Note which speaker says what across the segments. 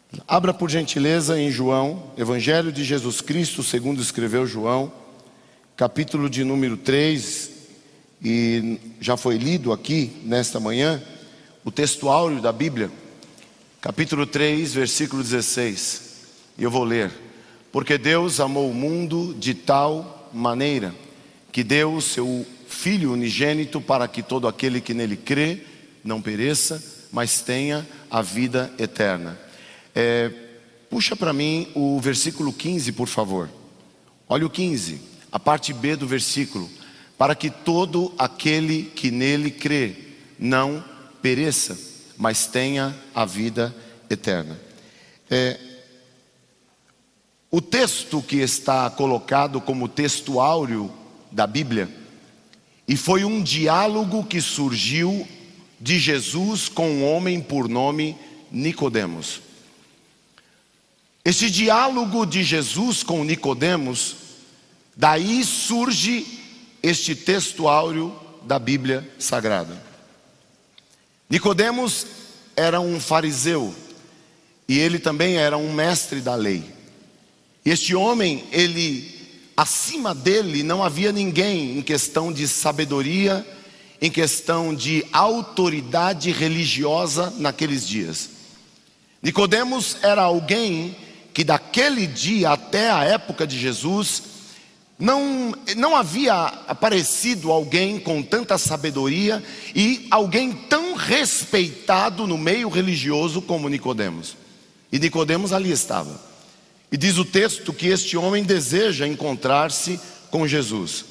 Speaker 1: Abra por gentileza em João, Evangelho de Jesus Cristo, segundo escreveu João, capítulo de número 3, e já foi lido aqui nesta manhã, o texto áureo da Bíblia, capítulo 3, versículo 16, e eu vou ler. Porque Deus amou o mundo de tal maneira, que deu o seu Filho unigênito, para que todo aquele que nele crê, não pereça, mas tenha a vida eterna. Puxa para mim o versículo 15, por favor. Olha o 15, a parte B do versículo. Para que todo aquele que nele crê não pereça, mas tenha a vida eterna. O texto que está colocado como texto áureo da Bíblia, e foi um diálogo que surgiu de Jesus com um homem por nome Nicodemos. Esse diálogo de Jesus com Nicodemos, daí surge este texto áureo da Bíblia Sagrada. Nicodemos era um fariseu, e ele também era um mestre da lei. Este homem, acima dele não havia ninguém em questão de sabedoria, em questão de autoridade religiosa naqueles dias. Nicodemos era alguém que daquele dia até a época de Jesus, não havia aparecido alguém com tanta sabedoria e alguém tão respeitado no meio religioso como Nicodemos. E Nicodemos ali estava. E diz o texto que este homem deseja encontrar-se com Jesus.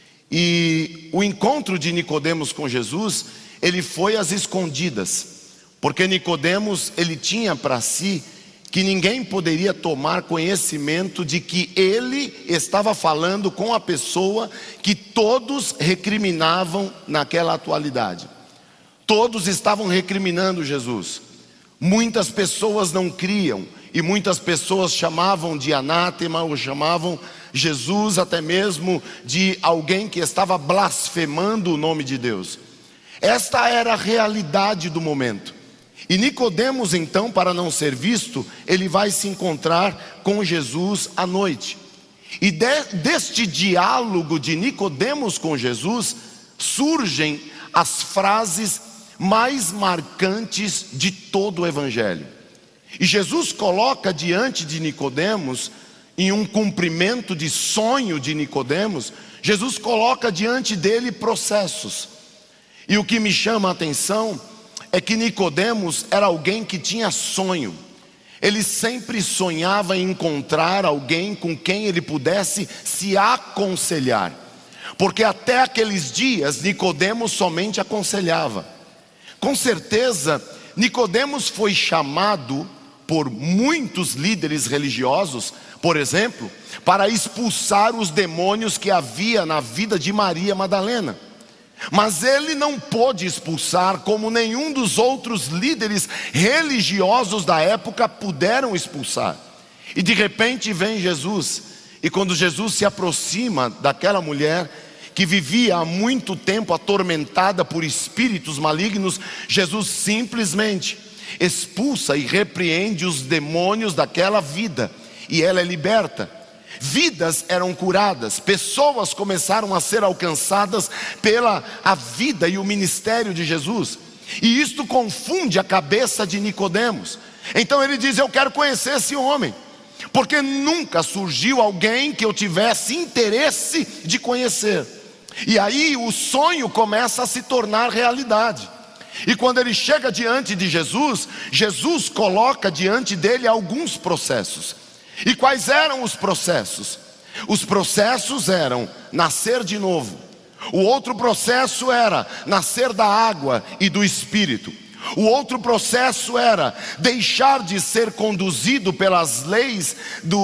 Speaker 1: E o encontro de Nicodemos com Jesus, ele foi às escondidas, porque Nicodemos, ele tinha para si que ninguém poderia tomar conhecimento de que ele estava falando com a pessoa que todos recriminavam naquela atualidade. Todos estavam recriminando Jesus. Muitas pessoas não criam, e muitas pessoas chamavam de anátema, ou chamavam Jesus até mesmo de alguém que estava blasfemando o nome de Deus. Esta era a realidade do momento. E Nicodemos, então, para não ser visto, ele vai se encontrar com Jesus à noite. E deste diálogo de Nicodemos com Jesus, surgem as frases mais marcantes de todo o Evangelho. E Jesus coloca diante de Nicodemos, em um cumprimento de sonho de Nicodemos, Jesus coloca diante dele processos. E o que me chama a atenção é que Nicodemos era alguém que tinha sonho. Ele sempre sonhava em encontrar alguém com quem ele pudesse se aconselhar, porque até aqueles dias Nicodemos somente aconselhava. Com certeza Nicodemos foi chamado por muitos líderes religiosos, por exemplo, para expulsar os demônios que havia na vida de Maria Madalena. Mas ele não pôde expulsar, como nenhum dos outros líderes religiosos da época puderam expulsar. E de repente vem Jesus, e quando Jesus se aproxima daquela mulher que vivia há muito tempo atormentada por espíritos malignos, Jesus simplesmente expulsa e repreende os demônios daquela vida, e ela é liberta. Vidas eram curadas, pessoas começaram a ser alcançadas pela a vida e o ministério de Jesus. E isto confunde a cabeça de Nicodemos. Então ele diz: eu quero conhecer esse homem, porque nunca surgiu alguém que eu tivesse interesse de conhecer. E aí o sonho começa a se tornar realidade. E quando ele chega diante de Jesus, Jesus coloca diante dele alguns processos. E quais eram os processos? Os processos eram nascer de novo. O outro processo era nascer da água e do Espírito. O outro processo era deixar de ser conduzido pelas leis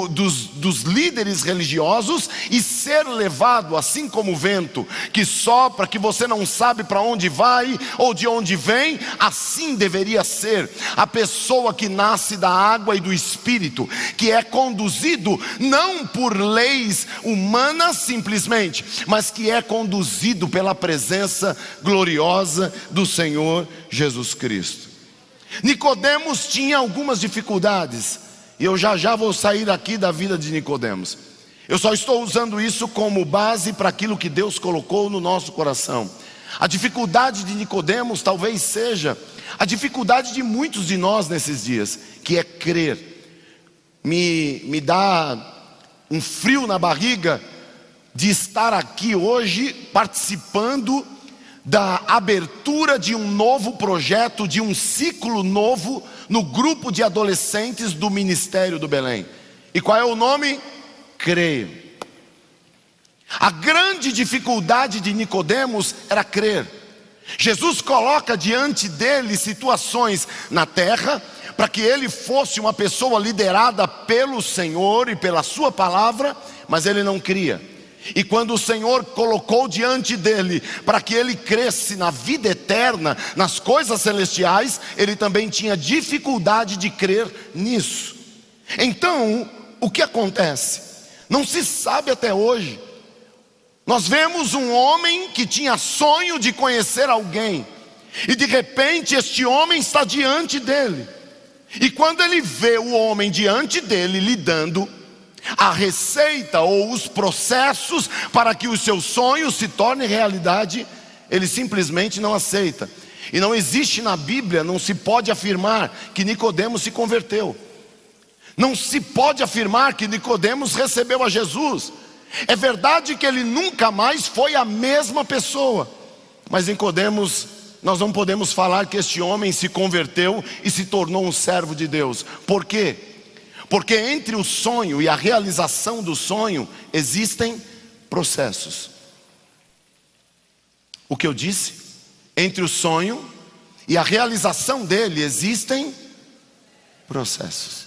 Speaker 1: dos líderes religiosos e ser levado, assim como o vento que sopra, que você não sabe para onde vai ou de onde vem. Assim deveria ser a pessoa que nasce da água e do Espírito, que é conduzido não por leis humanas simplesmente, mas que é conduzido pela presença gloriosa do Senhor Jesus Cristo. Nicodemos tinha algumas dificuldades, e eu já vou sair aqui da vida de Nicodemos. Eu só estou usando isso como base para aquilo que Deus colocou no nosso coração. A dificuldade de Nicodemos talvez seja a dificuldade de muitos de nós nesses dias, que é crer. Me dá um frio na barriga de estar aqui hoje participando da abertura de um novo projeto, de um ciclo novo no grupo de adolescentes do Ministério do Belém. E qual é o nome? Creio. A grande dificuldade de Nicodemos era crer. Jesus coloca diante dele situações na terra para que ele fosse uma pessoa liderada pelo Senhor e pela sua palavra, mas ele não cria. E quando o Senhor colocou diante dele para que ele cresce na vida eterna, nas coisas celestiais, ele também tinha dificuldade de crer nisso. Então, o que acontece? Não se sabe até hoje. Nós vemos um homem que tinha sonho de conhecer alguém, e de repente este homem está diante dele. E quando ele vê o homem diante dele lhe dando a receita ou os processos para que os seus sonhos se tornem realidade, ele simplesmente não aceita. E não existe na Bíblia, não se pode afirmar que Nicodemos se converteu. Não se pode afirmar que Nicodemos recebeu a Jesus. É verdade que ele nunca mais foi a mesma pessoa, mas Nicodemos, nós não podemos falar que este homem se converteu e se tornou um servo de Deus. Por quê? Porque entre o sonho e a realização do sonho existem processos. O que eu disse? Entre o sonho e a realização dele existem processos.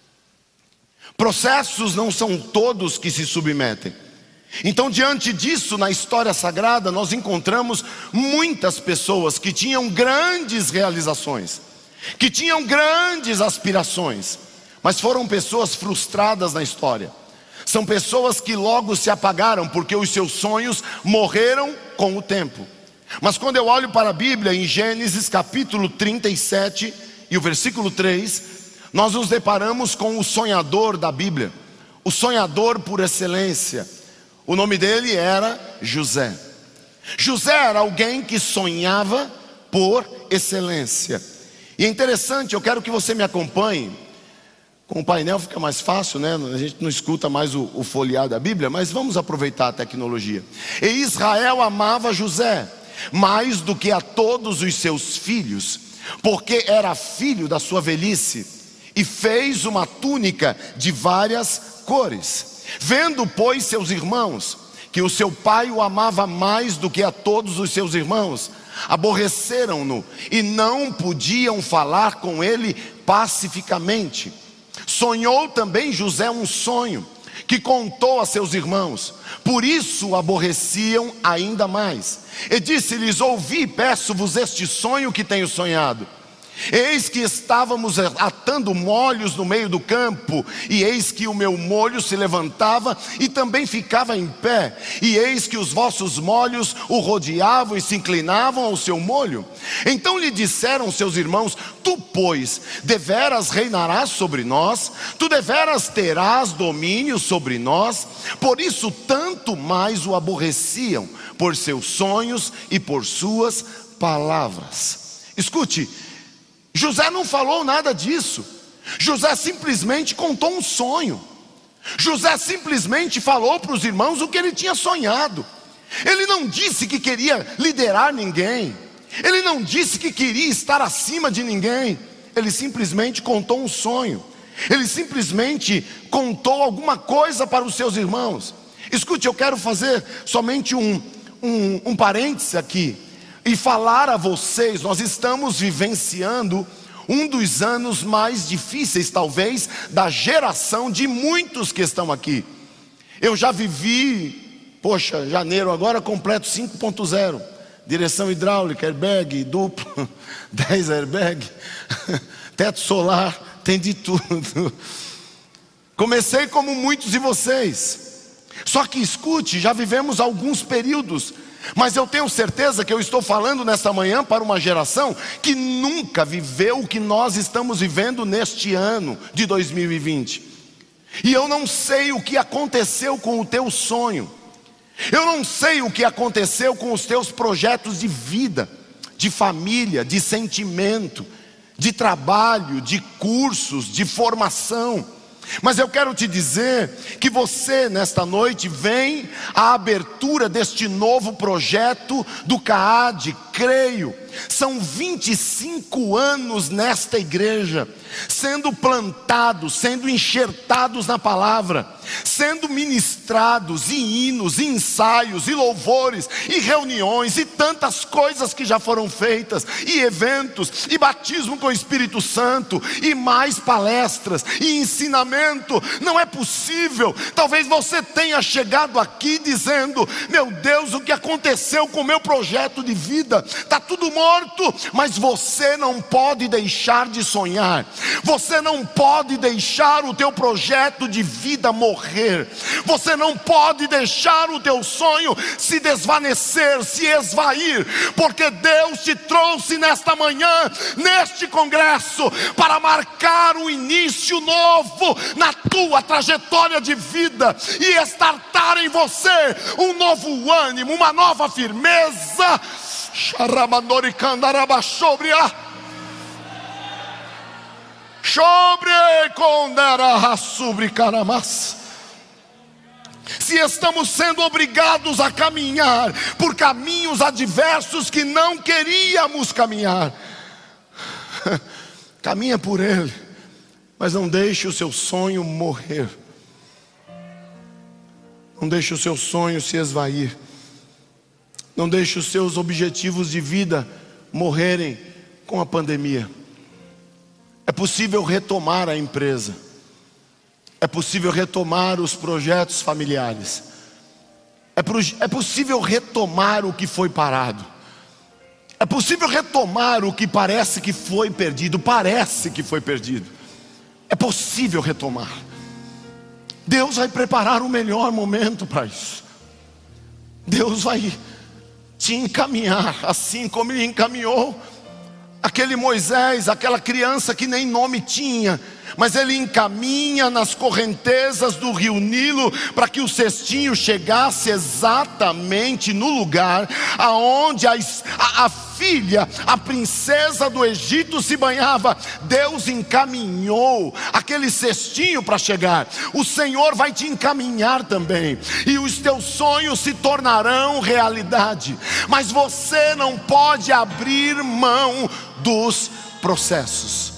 Speaker 1: Processos não são todos que se submetem. Então, diante disso, na história sagrada, nós encontramos muitas pessoas que tinham grandes realizações, que tinham grandes aspirações, mas foram pessoas frustradas na história. São pessoas que logo se apagaram, porque os seus sonhos morreram com o tempo. Mas quando eu olho para a Bíblia, em Gênesis capítulo 37 e o versículo 3, nós nos deparamos com o sonhador da Bíblia, o sonhador por excelência. O nome dele era José. José era alguém que sonhava por excelência. E é interessante, eu quero que você me acompanhe. Com o painel fica mais fácil, né? A gente não escuta mais o folhear da Bíblia, mas vamos aproveitar a tecnologia. E Israel amava José mais do que a todos os seus filhos, porque era filho da sua velhice, e fez uma túnica de várias cores. Vendo, pois, seus irmãos, que o seu pai o amava mais do que a todos os seus irmãos, aborreceram-no e não podiam falar com ele pacificamente. Sonhou também José um sonho, que contou a seus irmãos, por isso o aborreciam ainda mais. E disse-lhes: ouvi, peço-vos este sonho que tenho sonhado. Eis que estávamos atando molhos no meio do campo, e eis que o meu molho se levantava e também ficava em pé, e eis que os vossos molhos o rodeavam e se inclinavam ao seu molho. Então lhe disseram seus irmãos: tu, pois, deveras reinarás sobre nós, tu deveras terás domínio sobre nós. Por isso tanto mais o aborreciam, por seus sonhos e por suas palavras. Escute, José não falou nada disso. José simplesmente contou um sonho. José simplesmente falou para os irmãos o que ele tinha sonhado. Ele não disse que queria liderar ninguém. Ele não disse que queria estar acima de ninguém. Ele simplesmente contou um sonho. Ele simplesmente contou alguma coisa para os seus irmãos. Escute, eu quero fazer somente um parêntese aqui e falar a vocês. Nós estamos vivenciando um dos anos mais difíceis, talvez, da geração de muitos que estão aqui. Eu já vivi, janeiro agora completo 5.0, direção hidráulica, airbag duplo, 10 airbag, teto solar, tem de tudo. Comecei como muitos de vocês. Só que escute, já vivemos alguns períodos Mas eu tenho certeza que eu estou falando nesta manhã para uma geração que nunca viveu o que nós estamos vivendo neste ano de 2020. E eu não sei o que aconteceu com o teu sonho. Eu não sei o que aconteceu com os teus projetos de vida, de família, de sentimento, de trabalho, de cursos, de formação. Mas eu quero te dizer que você nesta noite vem à abertura deste novo projeto do CAAD, creio. São 25 anos nesta igreja, sendo plantados, sendo enxertados na palavra, sendo ministrados em hinos, em ensaios, e louvores, e reuniões, e tantas coisas que já foram feitas, e eventos, e batismo com o Espírito Santo, e mais palestras, e ensinamento. Não é possível. Talvez você tenha chegado aqui dizendo: meu Deus, o que aconteceu com o meu projeto de vida? Está tudo morto. Mas você não pode deixar de sonhar. Você não pode deixar o teu projeto de vida morrer. Você não pode deixar o teu sonho se desvanecer, se esvair, porque Deus te trouxe nesta manhã, neste congresso, para marcar um início novo na tua trajetória de vida e estartar em você um novo ânimo, uma nova firmeza. Se estamos sendo obrigados a caminhar por caminhos adversos que não queríamos caminhar, caminha por ele, mas não deixe o seu sonho morrer. Não deixe o seu sonho se esvair. Não deixe os seus objetivos de vida morrerem com a pandemia. É possível retomar a empresa. É possível retomar os projetos familiares. É possível retomar o que foi parado. É possível retomar o que parece que foi perdido. Parece que foi perdido. É possível retomar. Deus vai preparar o melhor momento para isso. Deus vai te encaminhar, assim como Ele encaminhou aquele Moisés, aquela criança que nem nome tinha, mas Ele encaminha nas correntezas do rio Nilo, para que o cestinho chegasse exatamente no lugar aonde a filha, a princesa do Egito se banhava. Deus encaminhou aquele cestinho para chegar. O Senhor vai te encaminhar também, e os teus sonhos se tornarão realidade. Mas você não pode abrir mão dos processos.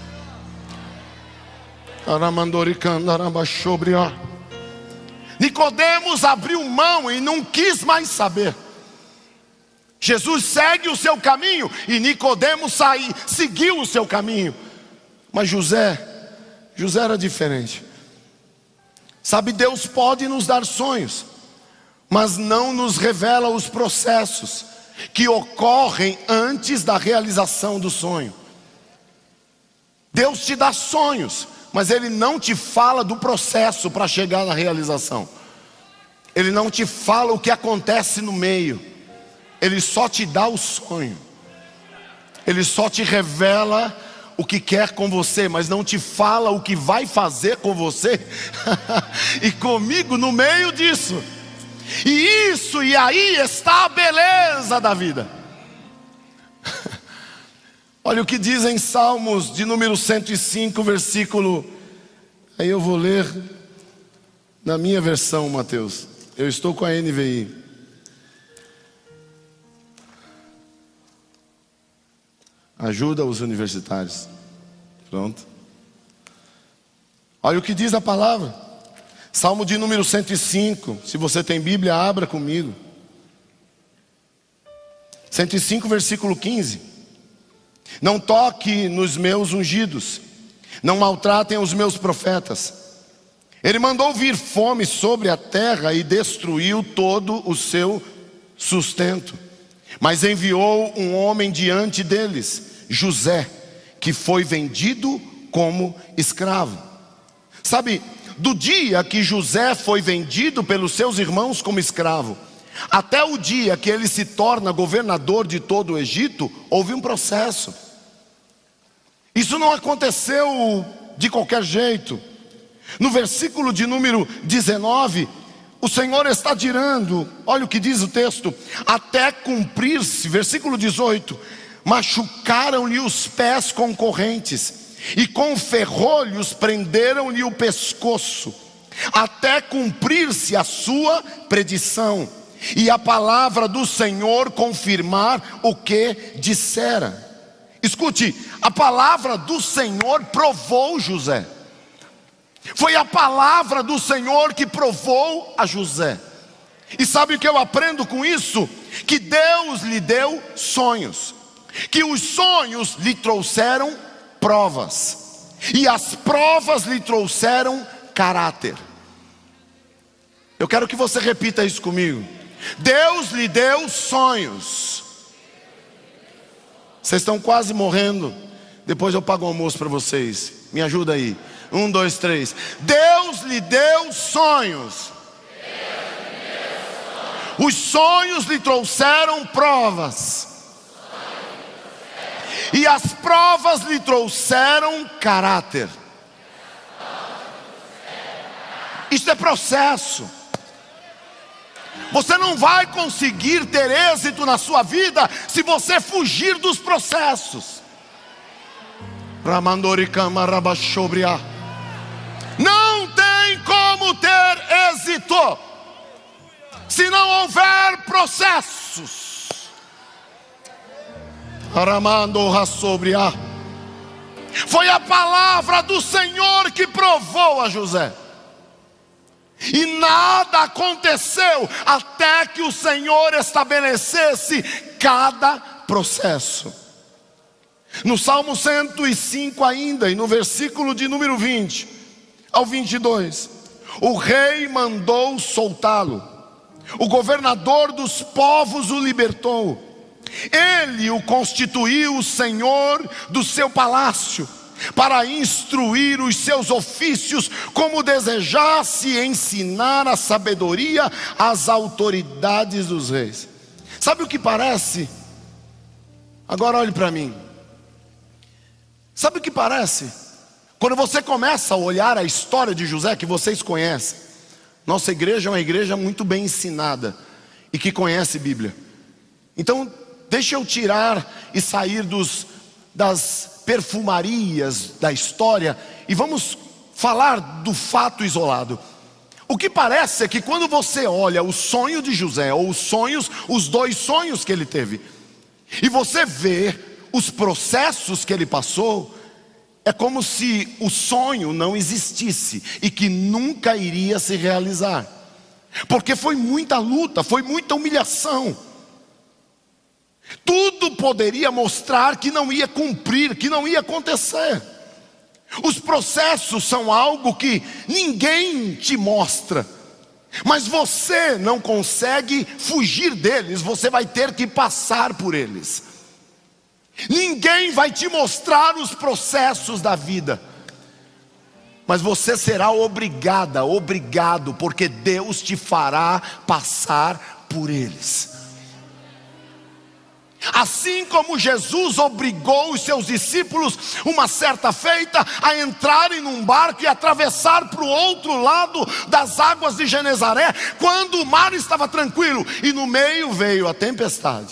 Speaker 1: Nicodemos abriu mão e não quis mais saber. Jesus segue o seu caminho e Nicodemos seguiu o seu caminho. Mas José era diferente. Sabe, Deus pode nos dar sonhos, mas não nos revela os processos que ocorrem antes da realização do sonho. Deus te dá sonhos, mas Ele não te fala do processo para chegar na realização. Ele não te fala o que acontece no meio. Ele só te dá o sonho. Ele só te revela o que quer com você, mas não te fala o que vai fazer com você e comigo no meio disso. E aí está a beleza da vida. Olha o que diz em Salmos de número 105, versículo. Aí eu vou ler na minha versão, Mateus. Eu estou com a NVI. Ajuda os universitários. Pronto. Olha o que diz a palavra. Salmo de número 105. Se você tem Bíblia, abra comigo. 105, versículo 15. Não toque nos meus ungidos, não maltratem os meus profetas. Ele mandou vir fome sobre a terra e destruiu todo o seu sustento. Mas enviou um homem diante deles, José, que foi vendido como escravo. Sabe, do dia que José foi vendido pelos seus irmãos como escravo, Até o dia que ele se torna governador de todo o Egito, houve um processo. Isso não aconteceu de qualquer jeito. No versículo de número 19, o Senhor está dirando, olha o que diz o texto: até cumprir-se, versículo 18, machucaram-lhe os pés com correntes, e com ferrolhos prenderam-lhe o pescoço, até cumprir-se a sua predição, e a palavra do Senhor confirmar o que dissera. Escute, a palavra do Senhor provou José. Foi a palavra do Senhor que provou a José. E sabe o que eu aprendo com isso? Que Deus lhe deu sonhos, que os sonhos lhe trouxeram provas, e as provas lhe trouxeram caráter. Eu quero que você repita isso comigo. Deus lhe deu sonhos. Vocês estão quase morrendo. Depois eu pago o almoço para vocês. Me ajuda aí. 1, 2, 3. Deus lhe deu sonhos. Os sonhos lhe trouxeram provas. E as provas lhe trouxeram caráter. Isso é processo. Você não vai conseguir ter êxito na sua vida se você fugir dos processos. Não tem como ter êxito se não houver processos. Foi a palavra do Senhor que provou a José. E nada aconteceu até que o Senhor estabelecesse cada processo. No Salmo 105 ainda, e no versículo de número 20 ao 22, o rei mandou soltá-lo, o governador dos povos o libertou, ele o constituiu o senhor do seu palácio, para instruir os seus ofícios, como desejasse ensinar a sabedoria às autoridades dos reis. Sabe o que parece? Agora olhe para mim. Sabe o que parece? Quando você começa a olhar a história de José, que vocês conhecem. Nossa igreja é uma igreja muito bem ensinada e que conhece Bíblia. Então deixa eu tirar e sair das perfumarias da história e vamos falar do fato isolado. O que parece é que quando você olha o sonho de José, ou os dois sonhos que ele teve, e você vê os processos que ele passou, é como se o sonho não existisse e que nunca iria se realizar, porque foi muita luta, foi muita humilhação. Tudo poderia mostrar que não ia cumprir, que não ia acontecer. Os processos são algo que ninguém te mostra, mas você não consegue fugir deles, você vai ter que passar por eles. Ninguém vai te mostrar os processos da vida, mas você será obrigado, porque Deus te fará passar por eles. Assim como Jesus obrigou os seus discípulos, uma certa feita, a entrarem num barco e atravessar para o outro lado das águas de Genezaré, quando o mar estava tranquilo e no meio veio a tempestade.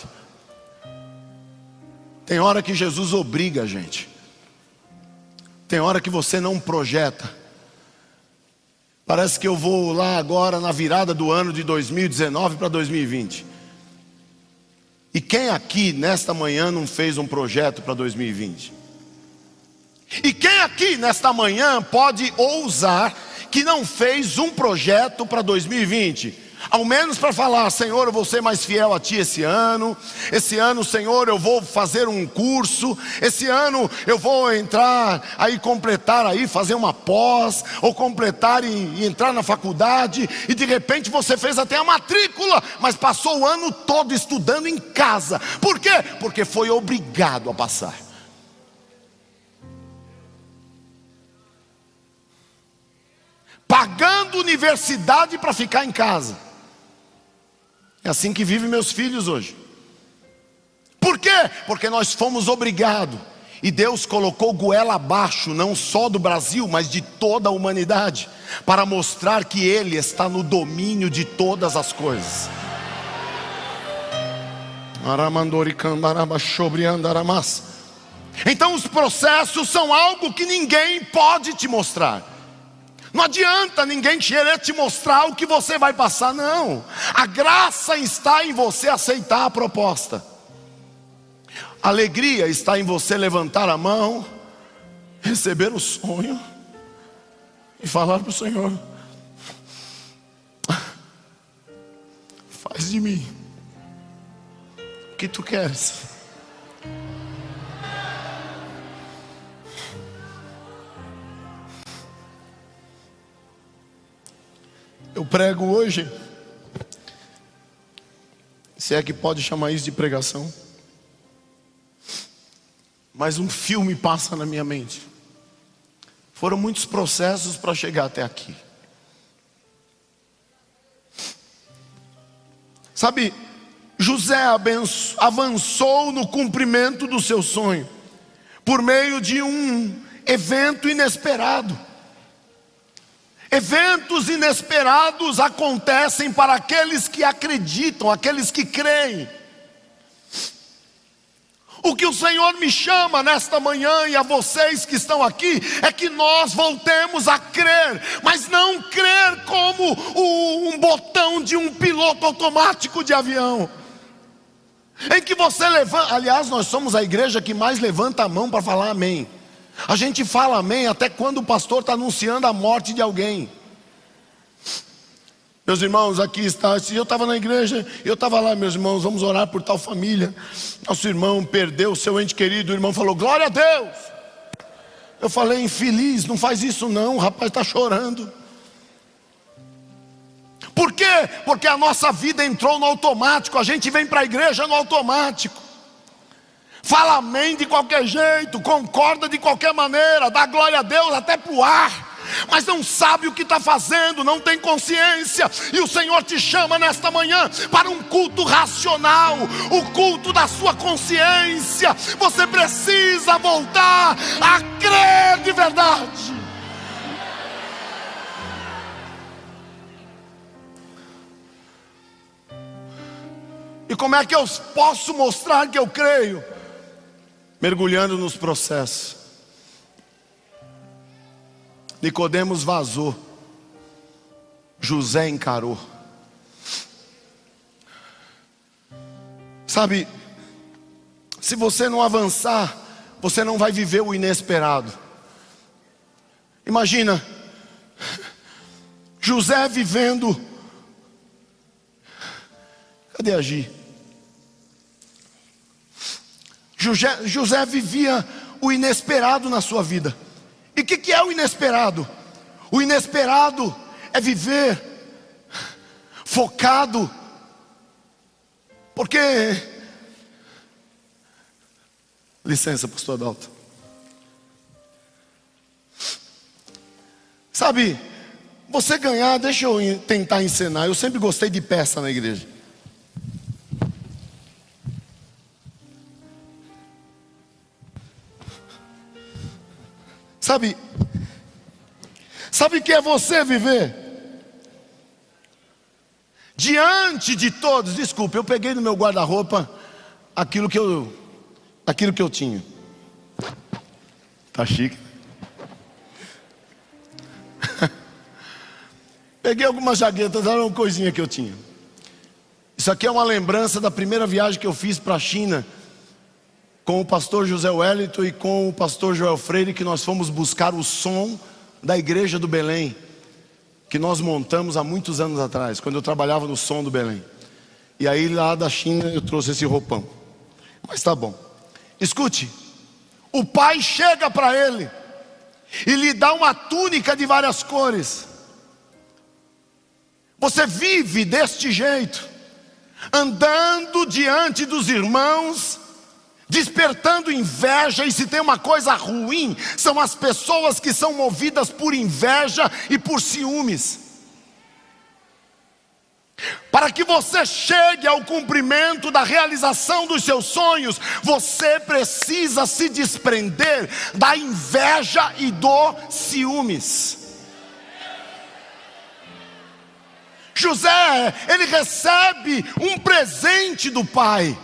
Speaker 1: Tem hora que Jesus obriga a gente. Tem hora que você não projeta. Parece que eu vou lá agora na virada do ano de 2019 para 2020. E quem aqui nesta manhã não fez um projeto para 2020? E quem aqui nesta manhã pode ousar que não fez um projeto para 2020? Ao menos para falar: Senhor, eu vou ser mais fiel a Ti esse ano, Senhor, eu vou fazer um curso, esse ano eu vou entrar aí, completar aí, fazer uma pós, ou completar e entrar na faculdade, e de repente você fez até a matrícula, mas passou o ano todo estudando em casa. Por quê? Porque foi obrigado a passar. Pagando universidade para ficar em casa. É assim que vivem meus filhos hoje. Por quê? Porque nós fomos obrigados. E Deus colocou goela abaixo, não só do Brasil, mas de toda a humanidade, para mostrar que Ele está no domínio de todas as coisas. Então os processos são algo que ninguém pode te mostrar. Não adianta ninguém querer te mostrar o que você vai passar, não. A graça está em você aceitar a proposta. A alegria está em você levantar a mão, receber o sonho e falar para o Senhor: faz de mim o que tu queres. Eu prego hoje, se é que pode chamar isso de pregação, mas um filme passa na minha mente. Foram muitos processos para chegar até aqui. Sabe, José avançou no cumprimento do seu sonho por meio de um evento inesperado. Eventos inesperados acontecem para aqueles que acreditam, aqueles que creem. O que o Senhor me chama nesta manhã e a vocês que estão aqui é que nós voltemos a crer, mas não crer como um botão de um piloto automático de avião, em que você levanta. Aliás, nós somos a igreja que mais levanta a mão para falar amém. A gente fala amém até quando o pastor está anunciando a morte de alguém. Meus irmãos, aqui está. Se eu estava na igreja, eu estava lá, meus irmãos, vamos orar por tal família. Nosso irmão perdeu o seu ente querido. O irmão falou: glória a Deus. Eu falei: infeliz, não faz isso não, o rapaz está chorando. Por quê? Porque a nossa vida entrou no automático. A gente vem para a igreja no automático. Fala amém de qualquer jeito, concorda de qualquer maneira, dá glória a Deus até para o ar, mas não sabe o que está fazendo, não tem consciência. E o Senhor te chama nesta manhã para um culto racional, o culto da sua consciência. Você precisa voltar a crer de verdade. E como é que eu posso mostrar que eu creio? Mergulhando nos processos. Nicodemos vazou, José encarou. Sabe, se você não avançar, você não vai viver o inesperado. Imagina José vivendo. Cadê a Gi? José vivia o inesperado na sua vida. E o que é o inesperado? O inesperado é viver focado. Porque, licença, pastor Adalto. Sabe, você ganhar, deixa eu tentar encenar. Eu sempre gostei de peça na igreja. Sabe o que é você viver diante de todos? Desculpe, eu peguei no meu guarda-roupa aquilo que eu tinha. Tá chique. Peguei algumas jaquetas, era uma coisinha que eu tinha. Isso aqui é uma lembrança da primeira viagem que eu fiz para a China, com o pastor José Wellington e com o pastor Joel Freire, que nós fomos buscar o som da igreja do Belém, que nós montamos há muitos anos atrás, quando eu trabalhava no som do Belém. E aí lá da China eu trouxe esse roupão. Mas tá bom. Escute, o pai chega para ele e lhe dá uma túnica de várias cores. Você vive deste jeito, andando diante dos irmãos, despertando inveja. E se tem uma coisa ruim, são as pessoas que são movidas por inveja e por ciúmes. Para que você chegue ao cumprimento da realização dos seus sonhos, você precisa se desprender da inveja e do ciúmes. José, ele recebe um presente do pai.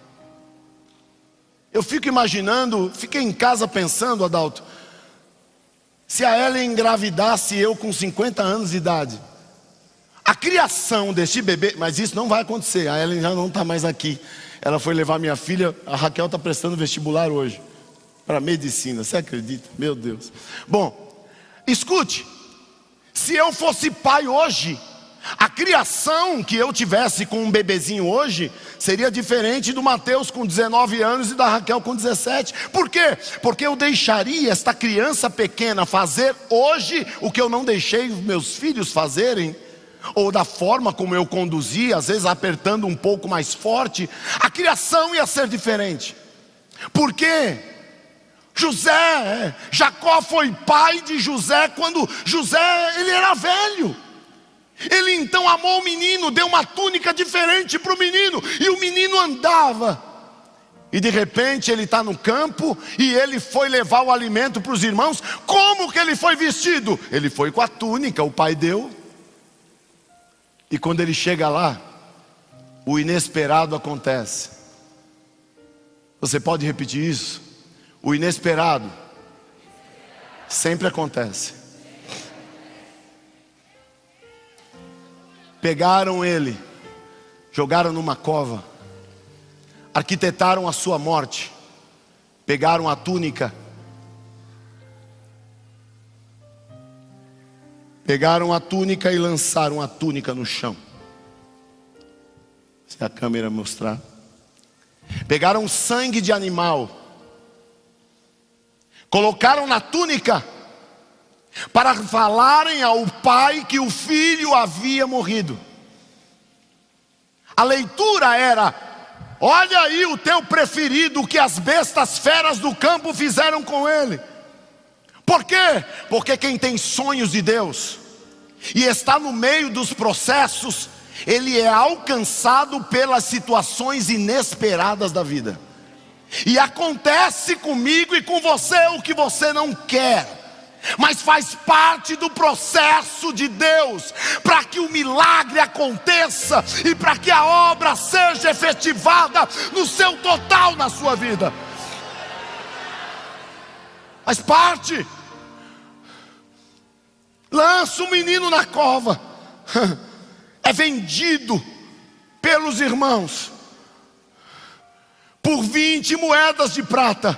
Speaker 1: Eu fico imaginando, fiquei em casa pensando, Adalto, se a Ellen engravidasse eu com 50 anos de idade, a criação deste bebê, mas isso não vai acontecer, a Ellen já não está mais aqui, ela foi levar minha filha, a Raquel está prestando vestibular hoje, para medicina, você acredita? Meu Deus. Bom, escute, se eu fosse pai hoje, a criação que eu tivesse com um bebezinho hoje seria diferente do Mateus com 19 anos e da Raquel com 17. Por quê? Porque eu deixaria esta criança pequena fazer hoje o que eu não deixei os meus filhos fazerem, ou da forma como eu conduzi, às vezes apertando um pouco mais forte. A criação ia ser diferente. Por quê? Jacó foi pai de José quando José ele era velho. Ele então amou o menino, deu uma túnica diferente para o menino, e o menino andava. E de repente ele está no campo, e ele foi levar o alimento para os irmãos. Como que ele foi vestido? Ele foi com a túnica, o pai deu. E quando ele chega lá, o inesperado acontece. Você pode repetir isso? O inesperado sempre acontece. Pegaram ele, jogaram numa cova, arquitetaram a sua morte, pegaram a túnica, e lançaram a túnica no chão. Se a câmera mostrar, pegaram sangue de animal, colocaram na túnica, para falarem ao pai que o filho havia morrido. A leitura era: olha aí o teu preferido, o que as bestas feras do campo fizeram com ele. Por quê? Porque quem tem sonhos de Deus e está no meio dos processos, ele é alcançado pelas situações inesperadas da vida. E acontece comigo e com você o que você não quer, mas faz parte do processo de Deus, para que o milagre aconteça e para que a obra seja efetivada no seu total na sua vida. Faz parte. Lança o menino na cova, é vendido pelos irmãos por 20 moedas de prata.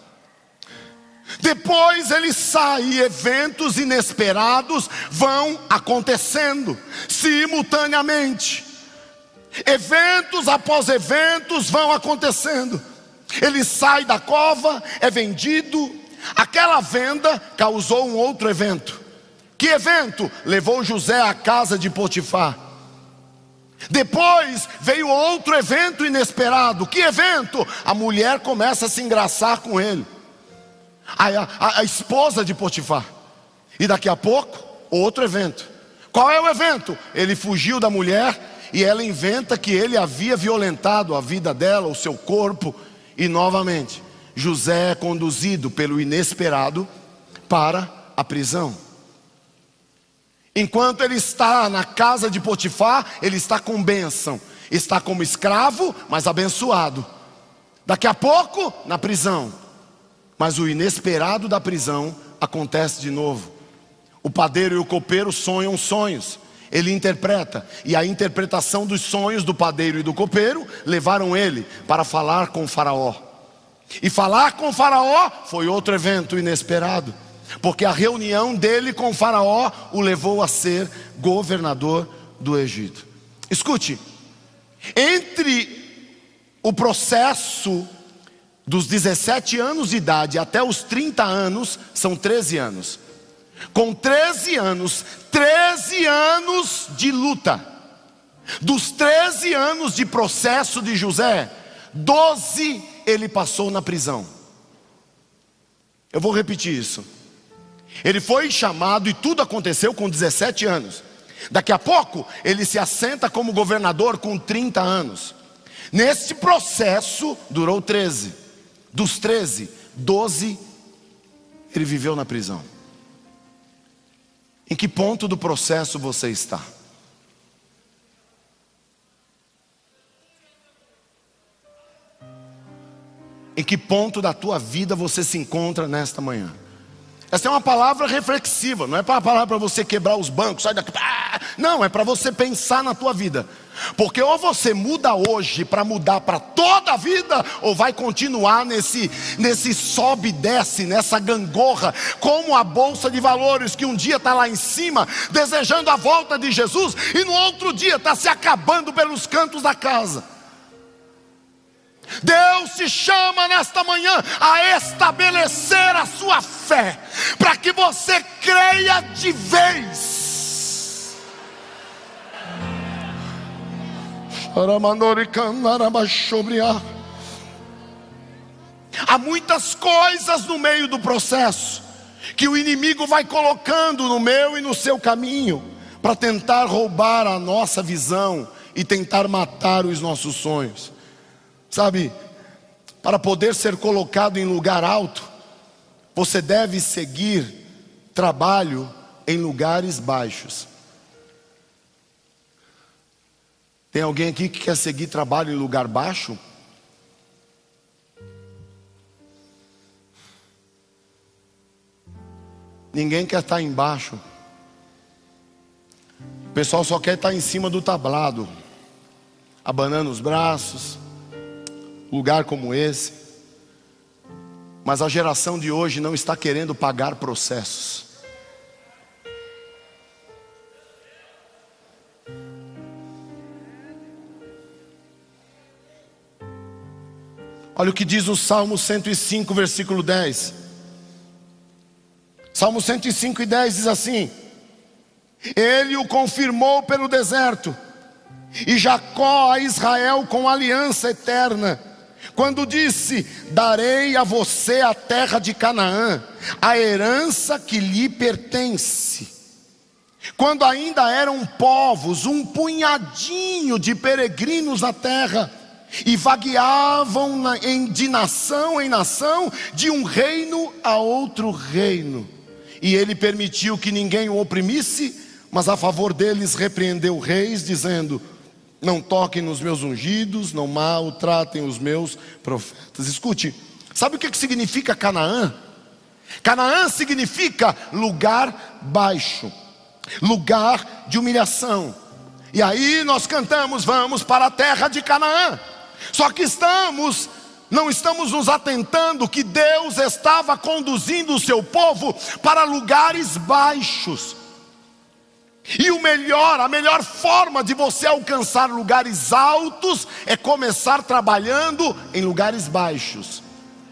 Speaker 1: Depois ele sai e eventos inesperados vão acontecendo simultaneamente. Eventos após eventos vão acontecendo. Ele sai da cova, é vendido. Aquela venda causou um outro evento. Que evento? Levou José à casa de Potifar. Depois veio outro evento inesperado. Que evento? A mulher começa a se engraçar com ele, a esposa de Potifar. E daqui a pouco, outro evento. Qual é o evento? Ele fugiu da mulher e ela inventa que ele havia violentado a vida dela, o seu corpo. E novamente, José é conduzido pelo inesperado para a prisão. Enquanto ele está na casa de Potifar, ele está com bênção. Está como escravo, mas abençoado. Daqui a pouco, na prisão. Mas o inesperado da prisão acontece de novo. O padeiro e o copeiro sonham sonhos. Ele interpreta. E a interpretação dos sonhos do padeiro e do copeiro levaram ele para falar com o faraó. E falar com o faraó foi outro evento inesperado, porque a reunião dele com o faraó o levou a ser governador do Egito. Escute, entre o processo dos 17 anos de idade até os 30 anos, são 13 anos. Com 13 anos de luta. Dos 13 anos de processo de José, 12 ele passou na prisão. Eu vou repetir isso. Ele foi chamado e tudo aconteceu com 17 anos. Daqui a pouco, ele se assenta como governador com 30 anos. Nesse processo, durou 13. Dos 13, 12, ele viveu na prisão. Em que ponto do processo você está? Em que ponto da tua vida você se encontra nesta manhã? Essa é uma palavra reflexiva, não é uma palavra para você quebrar os bancos, sai daqui. Não, é para você pensar na tua vida. Porque ou você muda hoje para mudar para toda a vida, ou vai continuar nesse sobe e desce, nessa gangorra, como a bolsa de valores que um dia está lá em cima, desejando a volta de Jesus, e no outro dia está se acabando pelos cantos da casa. Deus te chama nesta manhã a estabelecer a sua fé, para que você creia de vez. Há muitas coisas no meio do processo que o inimigo vai colocando no meu e no seu caminho, para tentar roubar a nossa visão e tentar matar os nossos sonhos. Sabe, para poder ser colocado em lugar alto, você deve seguir trabalho em lugares baixos. Tem alguém aqui que quer seguir trabalho em lugar baixo? Ninguém quer estar embaixo. O pessoal só quer estar em cima do tablado, abanando os braços. Lugar como esse. Mas a geração de hoje não está querendo pagar processos. Olha o que diz o Salmo 105, versículo 10. Salmo 105 e 10 diz assim: Ele o confirmou pelo deserto, e Jacó a Israel com aliança eterna, quando disse: darei a você a terra de Canaã, a herança que lhe pertence. Quando ainda eram povos, um punhadinho de peregrinos na terra, e vagueavam de nação em nação, de um reino a outro reino. E ele permitiu que ninguém o oprimisse, mas a favor deles repreendeu reis, dizendo: não toquem nos meus ungidos, não maltratem os meus profetas. Escute, sabe o que significa Canaã? Canaã significa lugar baixo, lugar de humilhação. E aí nós cantamos: vamos para a terra de Canaã. Só que não estamos nos atentando que Deus estava conduzindo o seu povo para lugares baixos. E a melhor forma de você alcançar lugares altos é começar trabalhando em lugares baixos.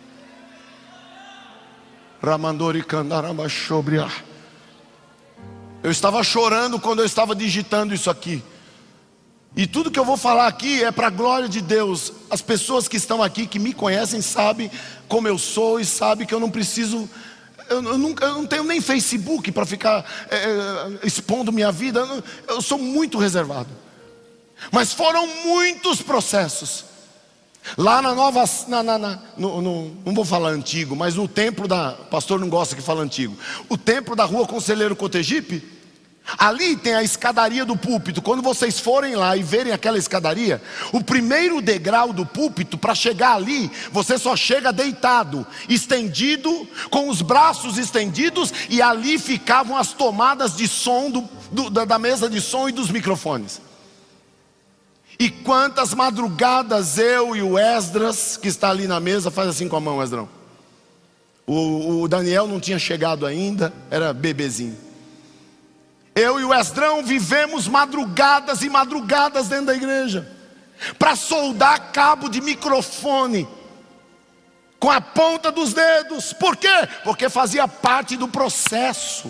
Speaker 1: Eu estava chorando quando eu estava digitando isso aqui. E tudo que eu vou falar aqui é para a glória de Deus. As pessoas que estão aqui, que me conhecem, sabem como eu sou e sabem que eu não preciso... Eu não tenho nem Facebook para ficar expondo minha vida. Eu sou muito reservado. Mas foram muitos processos. Lá na nova... não vou falar antigo, mas no templo da... O pastor não gosta que fala antigo. O templo da rua Conselheiro Cotegipe, ali tem a escadaria do púlpito. Quando vocês forem lá e verem aquela escadaria, o primeiro degrau do púlpito, para chegar ali, você só chega deitado, estendido, com os braços estendidos, e ali ficavam as tomadas de som da mesa de som e dos microfones. E quantas madrugadas eu e o Esdras, que está ali na mesa, faz assim com a mão, Esdrão. O Daniel não tinha chegado ainda, era bebezinho. Eu e o Esdrão vivemos madrugadas e madrugadas dentro da igreja, para soldar cabo de microfone, com a ponta dos dedos. Por quê? Porque fazia parte do processo.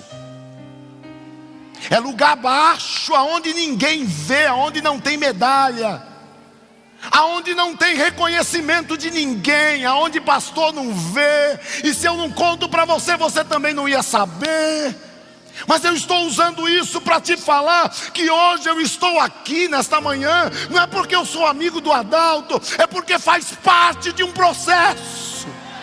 Speaker 1: É lugar baixo, aonde ninguém vê, aonde não tem medalha, aonde não tem reconhecimento de ninguém, aonde pastor não vê. E se eu não conto para você, você também não ia saber. Mas eu estou usando isso para te falar que hoje eu estou aqui nesta manhã, não é porque eu sou amigo do Adalto, é porque faz parte de um processo.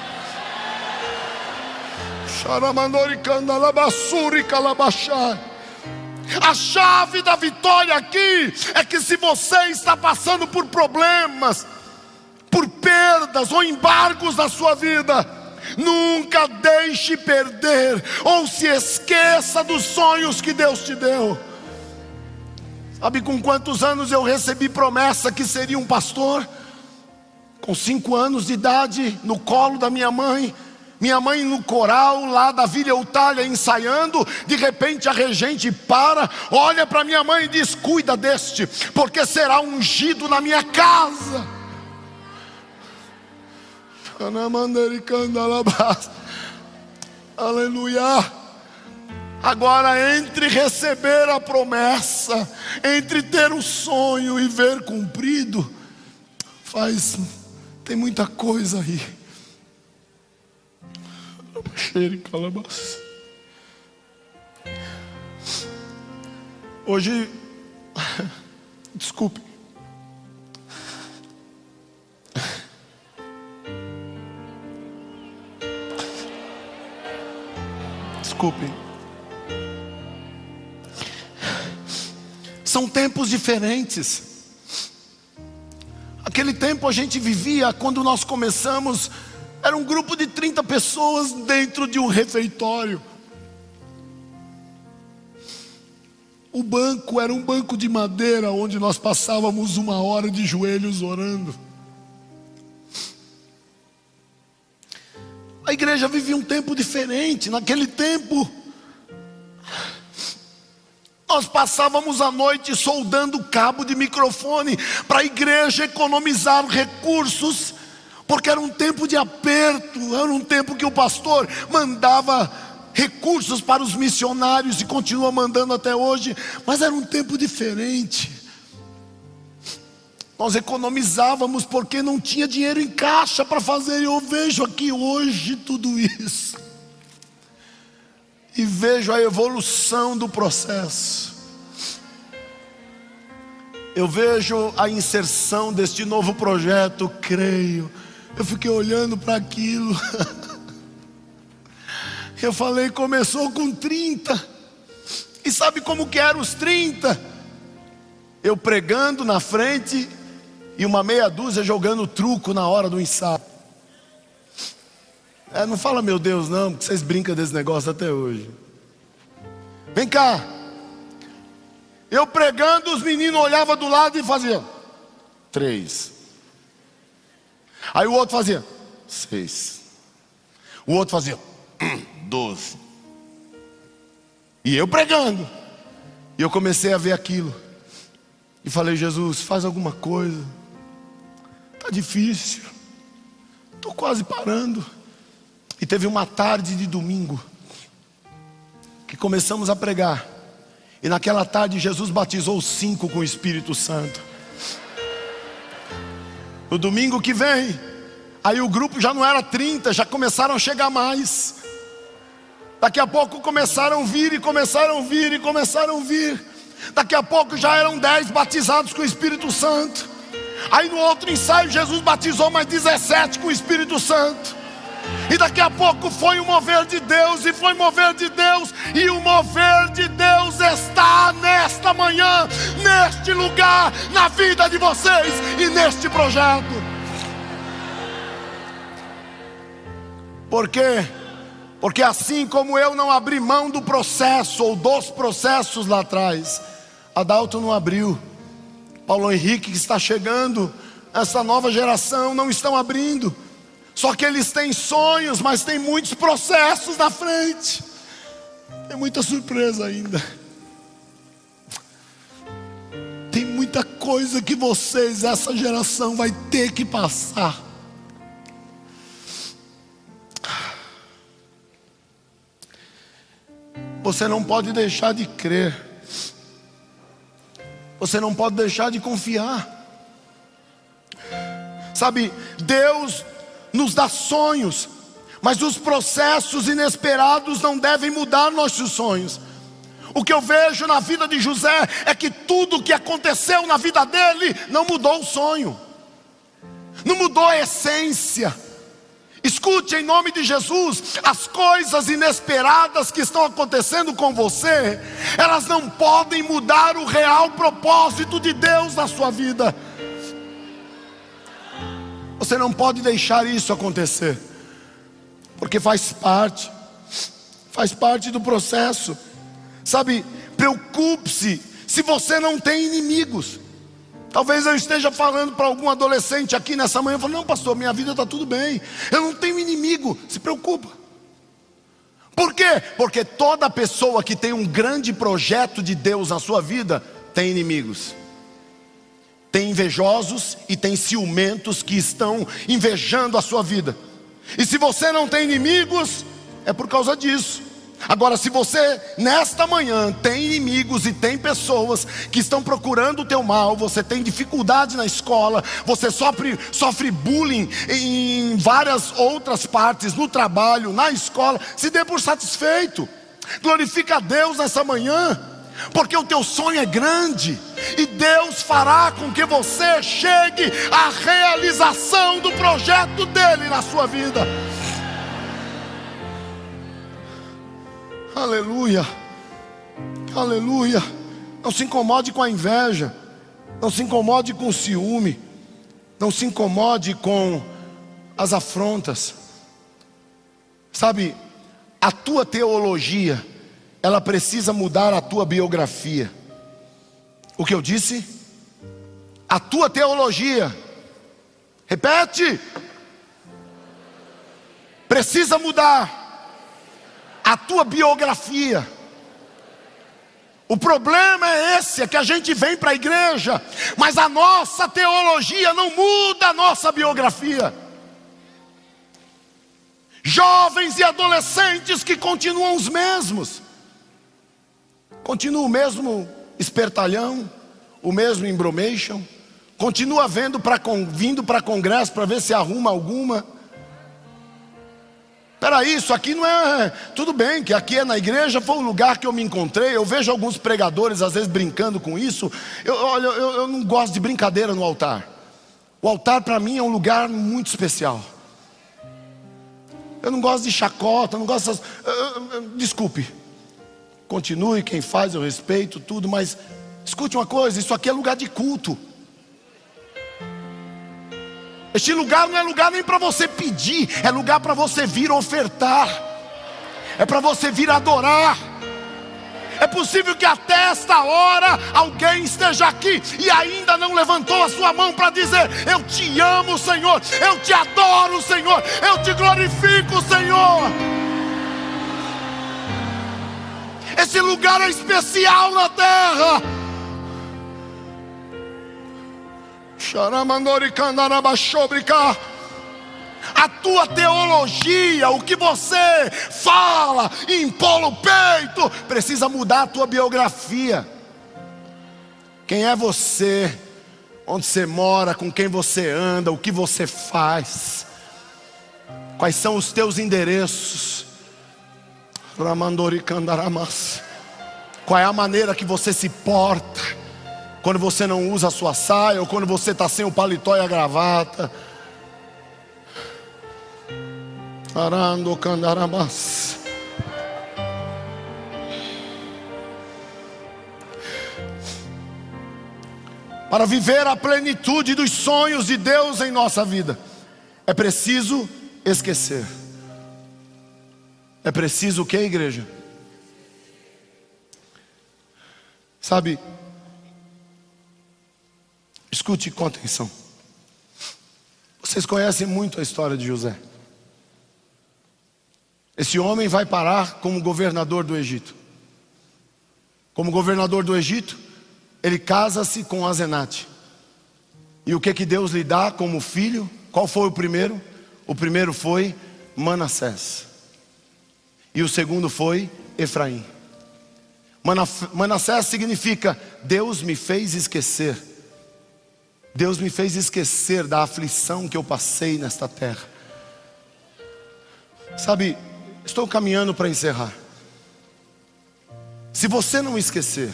Speaker 1: A chave da vitória aqui é que se você está passando por problemas, por perdas ou embargos na sua vida, nunca deixe perder ou se esqueça dos sonhos que Deus te deu. Sabe com quantos anos eu recebi promessa que seria um pastor? Com 5 anos de idade, no colo da minha mãe no coral lá da Vila Eutália ensaiando. De repente a regente para, olha para minha mãe e diz: cuida deste, porque será ungido na minha casa. Aleluia. Agora, entre receber a promessa, entre ter o sonho e ver cumprido, tem muita coisa aí. Hoje, desculpe, são tempos diferentes. Aquele tempo a gente vivia, quando nós começamos, era um grupo de 30 pessoas dentro de um refeitório. O banco era um banco de madeira, onde nós passávamos 1 hora de joelhos orando. A igreja vivia um tempo diferente. Naquele tempo, nós passávamos a noite soldando cabo de microfone para a igreja economizar recursos, porque era um tempo de aperto, era um tempo que o pastor mandava recursos para os missionários e continua mandando até hoje, mas era um tempo diferente. Nós economizávamos porque não tinha dinheiro em caixa para fazer. Eu vejo aqui hoje tudo isso e vejo a evolução do processo. Eu vejo a inserção deste novo projeto, creio. Eu fiquei olhando para aquilo. Eu falei, começou com 30. E sabe como que eram os 30? Eu pregando na frente e uma meia dúzia jogando truco na hora do ensaio. Não fala meu Deus não, porque vocês brincam desse negócio até hoje. Vem cá. Eu pregando, os meninos olhavam do lado e faziam 3. Aí o outro fazia 6. O outro fazia 12. E eu pregando. E eu comecei a ver aquilo. E falei, Jesus, faz alguma coisa. Está difícil. Estou quase parando. E teve uma tarde de domingo que começamos a pregar. E naquela tarde Jesus batizou 5 com o Espírito Santo. No domingo que vem, aí o grupo já não era 30, já começaram a chegar mais. Daqui a pouco começaram a vir e começaram a vir e começaram a vir. Daqui a pouco já eram 10 batizados com o Espírito Santo. Aí no outro ensaio Jesus batizou mais 17 com o Espírito Santo. E daqui a pouco foi o mover de Deus, e foi mover de Deus, e o mover de Deus está nesta manhã, neste lugar, na vida de vocês e neste projeto. Por quê? Porque assim como eu não abri mão do processo ou dos processos lá atrás, Adalto não abriu, Paulo Henrique que está chegando, essa nova geração não estão abrindo. Só que eles têm sonhos, mas tem muitos processos na frente. Tem muita surpresa ainda. Tem muita coisa que vocês, essa geração, vai ter que passar. Você não pode deixar de crer. Você não pode deixar de confiar. Sabe, Deus nos dá sonhos, mas os processos inesperados não devem mudar nossos sonhos. O que eu vejo na vida de José é que tudo que aconteceu na vida dele não mudou o sonho, não mudou a essência. Escute, em nome de Jesus, as coisas inesperadas que estão acontecendo com você, elas não podem mudar o real propósito de Deus na sua vida. Você não pode deixar isso acontecer, porque faz parte do processo. Sabe, preocupe-se se você não tem inimigos. Talvez eu esteja falando para algum adolescente aqui nessa manhã, falando: não, pastor, minha vida está tudo bem, eu não tenho inimigo. Se preocupa. Por quê? Porque toda pessoa que tem um grande projeto de Deus na sua vida tem inimigos. Tem invejosos e tem ciumentos que estão invejando a sua vida. E se você não tem inimigos, é por causa disso. Agora, se você nesta manhã tem inimigos e tem pessoas que estão procurando o teu mal, você tem dificuldade na escola, você sofre bullying em várias outras partes, no trabalho, na escola, se dê por satisfeito. Glorifica a Deus nessa manhã, porque o teu sonho é grande e Deus fará com que você chegue à realização do projeto dele na sua vida. Aleluia, aleluia. Não se incomode com a inveja, não se incomode com o ciúme, não se incomode com as afrontas. Sabe, a tua teologia, ela precisa mudar a tua biografia. O que eu disse? A tua teologia, repete, precisa mudar a tua biografia. O problema é esse, é que a gente vem para a igreja, mas a nossa teologia não muda a nossa biografia. Jovens e adolescentes que continuam os mesmos, continua o mesmo espertalhão, o mesmo embromation, continua vindo para congresso para ver se arruma alguma. Peraí, isso aqui não é... Tudo bem que aqui é na igreja, foi o lugar que eu me encontrei. Eu vejo alguns pregadores às vezes brincando com isso. Eu não gosto de brincadeira no altar. O altar para mim é um lugar muito especial. Eu não gosto de chacota, não gosto dessas... Desculpe, continue, quem faz eu respeito tudo, mas escute uma coisa, isso aqui é lugar de culto. Este lugar não é lugar nem para você pedir, é lugar para você vir ofertar, é para você vir adorar. É possível que até esta hora alguém esteja aqui e ainda não levantou a sua mão para dizer: eu te amo, Senhor, eu te adoro, Senhor, eu te glorifico, Senhor. Esse lugar é especial na terra. A tua teologia, o que você fala, empola o peito, precisa mudar a tua biografia. Quem é você? Onde você mora? Com quem você anda? O que você faz? Quais são os teus endereços? Qual é a maneira que você se porta? Quando você não usa a sua saia, ou quando você está sem o paletó e a gravata. Para viver a plenitude dos sonhos de Deus em nossa vida, é preciso esquecer. É preciso o que, igreja? Sabe, escute com atenção. Vocês conhecem muito a história de José. Esse homem vai parar como governador do Egito. Como governador do Egito, ele casa-se com Asenate. E o que Deus lhe dá como filho? Qual foi o primeiro? O primeiro foi Manassés. E o segundo foi Efraim. Manassés significa: Deus me fez esquecer. Deus me fez esquecer da aflição que eu passei nesta terra. Sabe, estou caminhando para encerrar. Se você não esquecer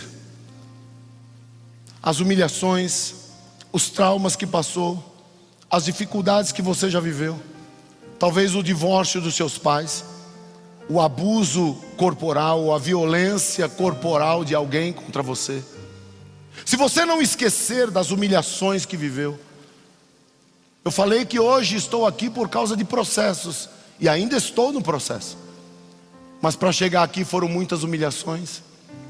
Speaker 1: as humilhações, os traumas que passou, as dificuldades que você já viveu, talvez o divórcio dos seus pais, o abuso corporal, a violência corporal de alguém contra você, se você não esquecer das humilhações que viveu, eu falei que hoje estou aqui por causa de processos, e ainda estou no processo, mas para chegar aqui foram muitas humilhações.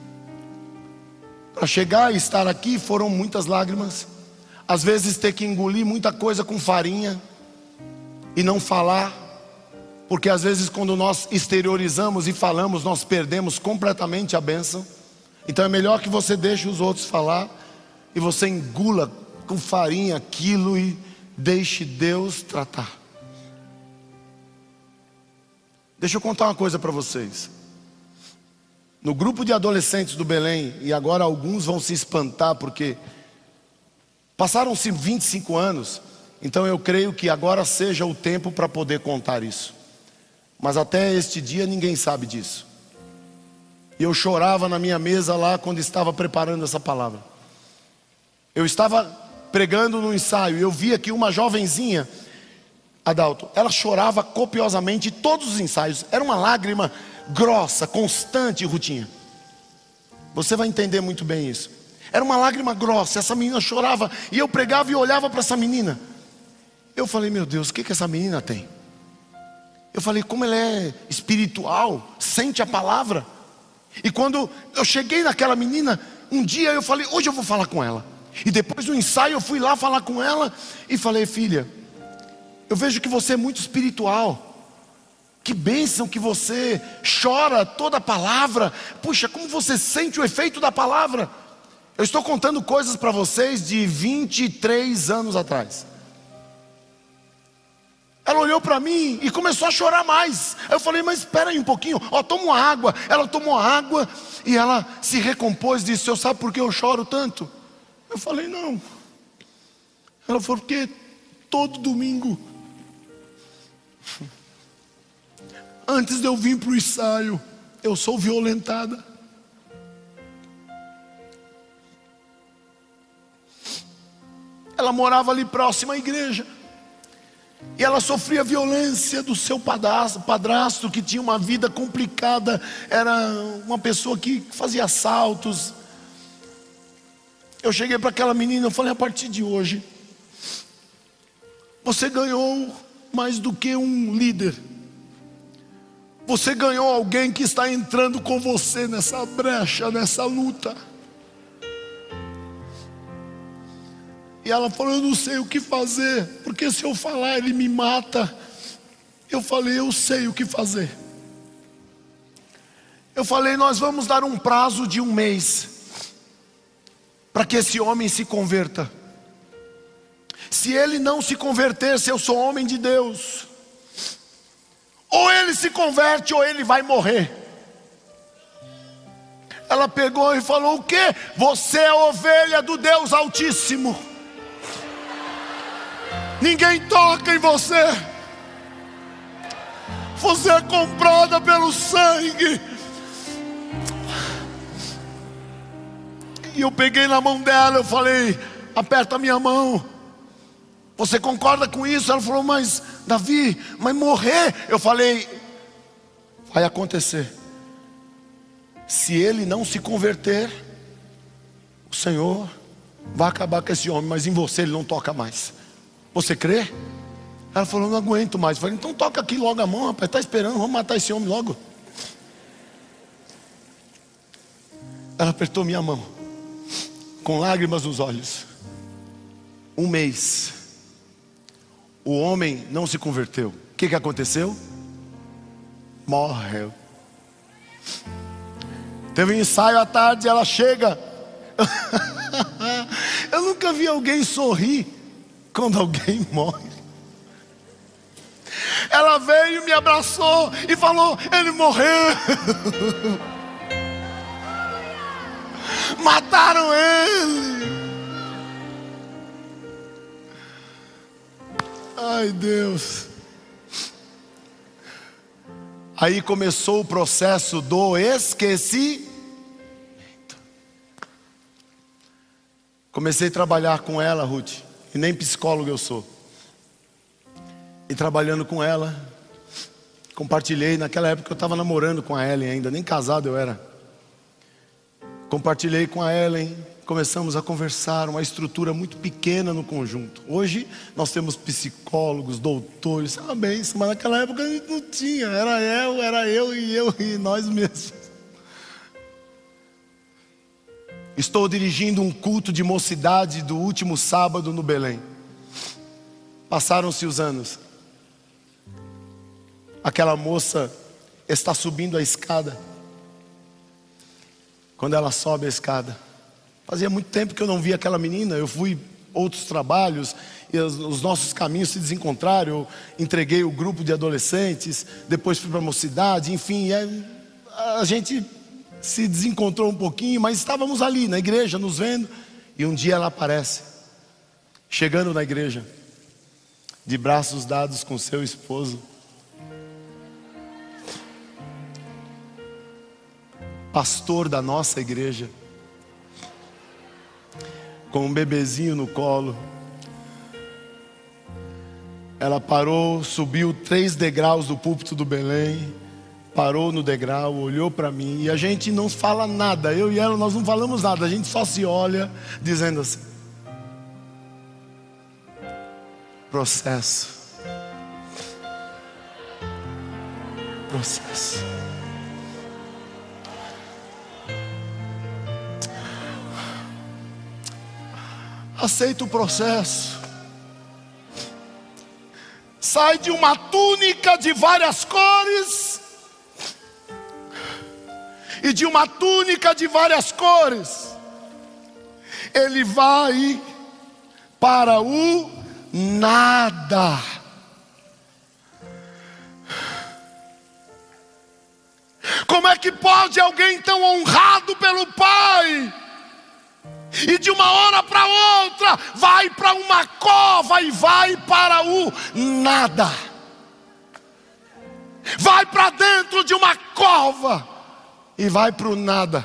Speaker 1: Para chegar e estar aqui foram muitas lágrimas. Às vezes ter que engolir muita coisa com farinha e não falar, porque às vezes quando nós exteriorizamos e falamos, nós perdemos completamente a bênção. Então é melhor que você deixe os outros falar e você engula com farinha aquilo e deixe Deus tratar. Deixa eu contar uma coisa para vocês. No grupo de adolescentes do Belém, e agora alguns vão se espantar porque passaram-se 25 anos, então eu creio que agora seja o tempo para poder contar isso. Mas até este dia ninguém sabe disso. E eu chorava na minha mesa lá quando estava preparando essa palavra. Eu estava pregando no ensaio e eu via que uma jovenzinha, Adalto, ela chorava copiosamente todos os ensaios. Era uma lágrima grossa, constante, Rutinha. Você vai entender muito bem isso. Era uma lágrima grossa, essa menina chorava. E eu pregava e olhava para essa menina. Eu falei, meu Deus, o que essa menina tem? Eu falei, como ela é espiritual, sente a palavra. E quando eu cheguei naquela menina, um dia eu falei, hoje eu vou falar com ela. E depois do ensaio eu fui lá falar com ela e falei, filha, eu vejo que você é muito espiritual. Que bênção que você chora toda a palavra. Puxa, como você sente o efeito da palavra. Eu estou contando coisas para vocês de 23 anos atrás. Ela olhou para mim e começou a chorar mais. Eu falei, mas espera aí um pouquinho. Toma uma água. Ela tomou água e ela se recompôs e disse, "Senhor, sabe por que eu choro tanto?" Eu falei, não. Ela falou, porque todo domingo, antes de eu vir para o ensaio, eu sou violentada. Ela morava ali próxima à igreja. E ela sofria violência do seu padrasto, que tinha uma vida complicada. Era uma pessoa que fazia assaltos. Eu cheguei para aquela menina e falei, a partir de hoje, você ganhou mais do que um líder. Você ganhou alguém que está entrando com você nessa brecha, nessa luta. E ela falou, eu não sei o que fazer, porque se eu falar ele me mata. Eu falei, eu sei o que fazer. Eu falei, nós vamos dar um prazo de 1 mês, para que esse homem se converta. Se ele não se converter, se eu sou homem de Deus, ou ele se converte ou ele vai morrer. Ela pegou e falou, o quê? Você é ovelha do Deus Altíssimo. Ninguém toca em você. Você é comprada pelo sangue. E eu peguei na mão dela, eu falei, aperta a minha mão. Você concorda com isso? Ela falou, mas Davi, mas morrer? Eu falei, vai acontecer. Se ele não se converter, o Senhor vai acabar com esse homem, mas em você ele não toca mais. Você crê? Ela falou, não aguento mais. Eu falei, então toca aqui logo a mão, rapaz, está esperando, vamos matar esse homem logo. Ela apertou minha mão, com lágrimas nos olhos. 1 mês. O homem não se converteu. O que aconteceu? Morreu. Teve um ensaio à tarde, ela chega. Eu nunca vi alguém sorrir quando alguém morre. Ela veio, me abraçou e falou, ele morreu. Mataram ele. Ai, Deus. Aí começou o processo do esquecimento. Comecei a trabalhar com ela, Ruth, e nem psicólogo eu sou. E trabalhando com ela, compartilhei. Naquela época eu estava namorando com a Ellen ainda, nem casado eu era. Compartilhei com a Ellen, começamos a conversar, uma estrutura muito pequena no conjunto. Hoje nós temos psicólogos, doutores, é uma bênção, mas naquela época a gente não tinha, era eu e nós mesmos. Estou dirigindo um culto de mocidade do último sábado no Belém. Passaram-se os anos. Aquela moça está subindo a escada. Quando ela sobe a escada, fazia muito tempo que eu não via aquela menina. Eu fui outros trabalhos e os nossos caminhos se desencontraram. Eu entreguei o grupo de adolescentes, depois fui para a mocidade, enfim, a gente se desencontrou um pouquinho, mas estávamos ali na igreja nos vendo. E um dia ela aparece, chegando na igreja, de braços dados com seu esposo, pastor da nossa igreja, com um bebezinho no colo. Ela parou, subiu 3 degraus do púlpito do Belém, parou no degrau, olhou para mim, e a gente não fala nada, eu e ela nós não falamos nada, a gente só se olha, dizendo assim: processo. Aceita o processo. Sai de uma túnica de várias cores e de uma túnica de várias cores ele vai para o nada. Como é que pode alguém tão honrado pelo Pai e de uma hora para outra vai para uma cova e vai para o nada? Vai para dentro de uma cova e vai para o nada.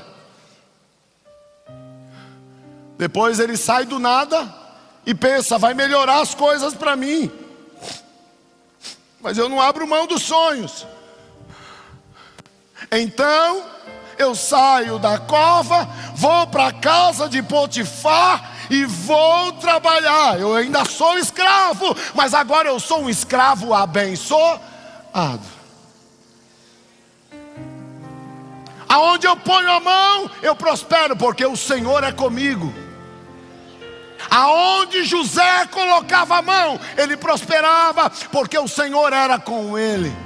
Speaker 1: Depois ele sai do nada e pensa: vai melhorar as coisas para mim, mas eu não abro mão dos sonhos. Então eu saio da cova, vou para a casa de Potifar e vou trabalhar. Eu ainda sou escravo, mas agora eu sou um escravo abençoado. Aonde eu ponho a mão, eu prospero, porque o Senhor é comigo. Aonde José colocava a mão, ele prosperava, porque o Senhor era com ele.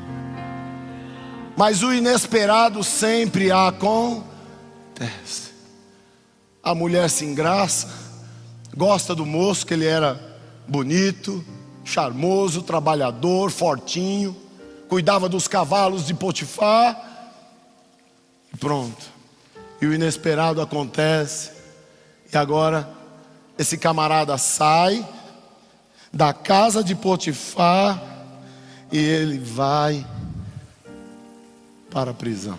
Speaker 1: Mas o inesperado sempre acontece. A mulher se engraça, gosta do moço, que ele era bonito, charmoso, trabalhador, fortinho, cuidava dos cavalos de Potifar. E pronto. E o inesperado acontece. E agora esse camarada sai da casa de Potifar e ele vai para a prisão.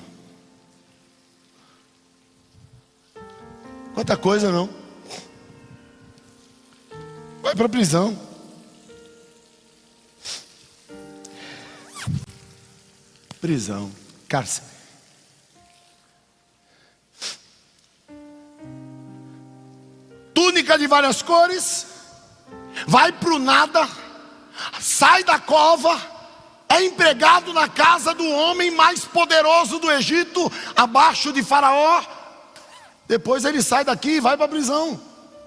Speaker 1: Quanta coisa, não? Vai para a prisão. Prisão, cárcere. Túnica de várias cores, vai para o nada, sai da cova, é empregado na casa do homem mais poderoso do Egito, abaixo de Faraó. Depois ele sai daqui e vai para a prisão.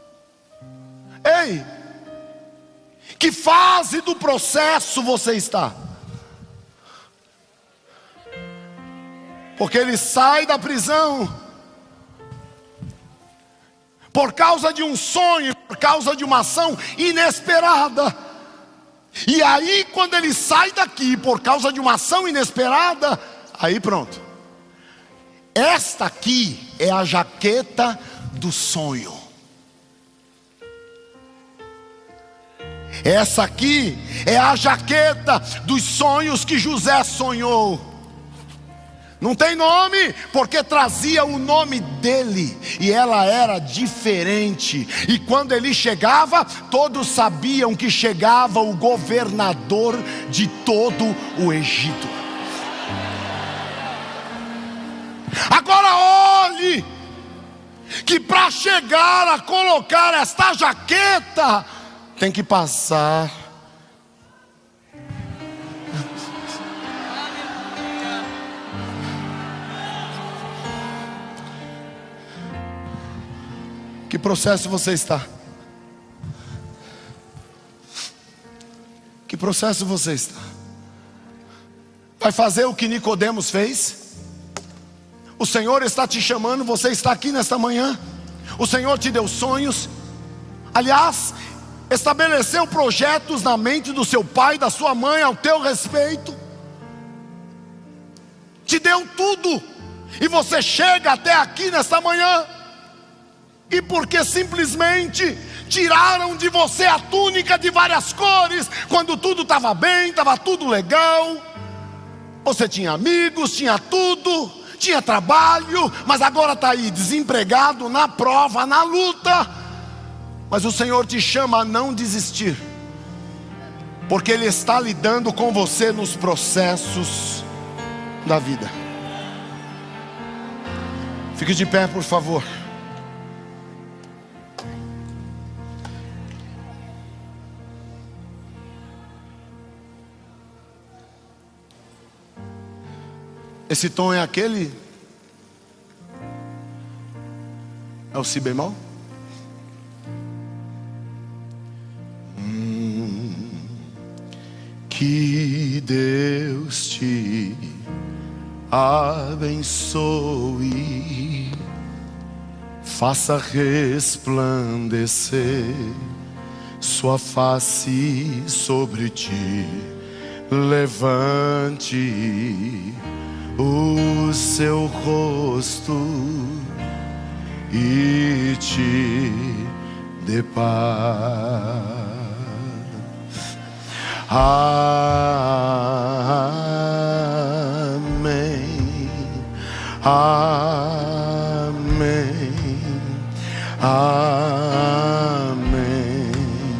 Speaker 1: Ei, que fase do processo você está? Porque ele sai da prisão por causa de um sonho, por causa de uma ação inesperada. E aí quando ele sai daqui por causa de uma ação inesperada, aí pronto. Esta aqui é a jaqueta do sonho. Essa aqui é a jaqueta dos sonhos que José sonhou. Não tem nome, porque trazia o nome dele, e ela era diferente. E quando ele chegava, todos sabiam que chegava o governador de todo o Egito. Agora olhe, que para chegar a colocar esta jaqueta, tem que passar. Que processo você está? Que processo você está? Vai fazer o que Nicodemos fez? O Senhor está te chamando, você está aqui nesta manhã. O Senhor te deu sonhos. Aliás, estabeleceu projetos na mente do seu pai, da sua mãe, ao teu respeito. Te deu tudo. E você chega até aqui nesta manhã. E porque simplesmente tiraram de você a túnica de várias cores, quando tudo estava bem, estava tudo legal. Você tinha amigos, tinha tudo, tinha trabalho, mas agora está aí desempregado, na prova, na luta. Mas o Senhor te chama a não desistir, porque Ele está lidando com você nos processos da vida. Fique de pé, por favor. Esse tom é aquele? É o si bemol? Que Deus te abençoe, faça resplandecer sua face sobre ti, levante o seu rosto e te dê paz. Amém, amém, amém.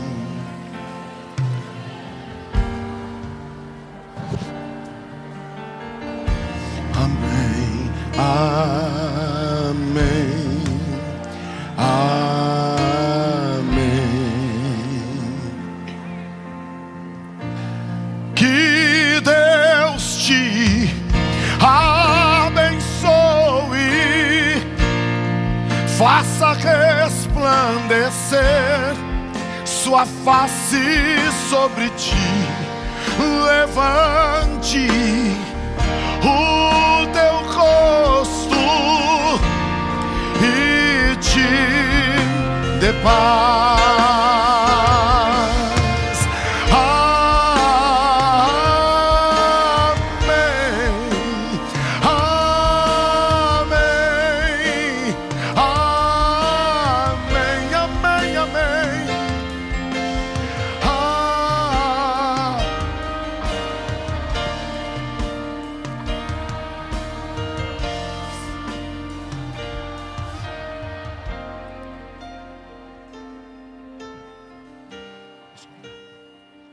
Speaker 1: Amém, amém, amém. Que Deus te abençoe, faça resplandecer sua face sobre ti, levante o teu rosto e te dê paz.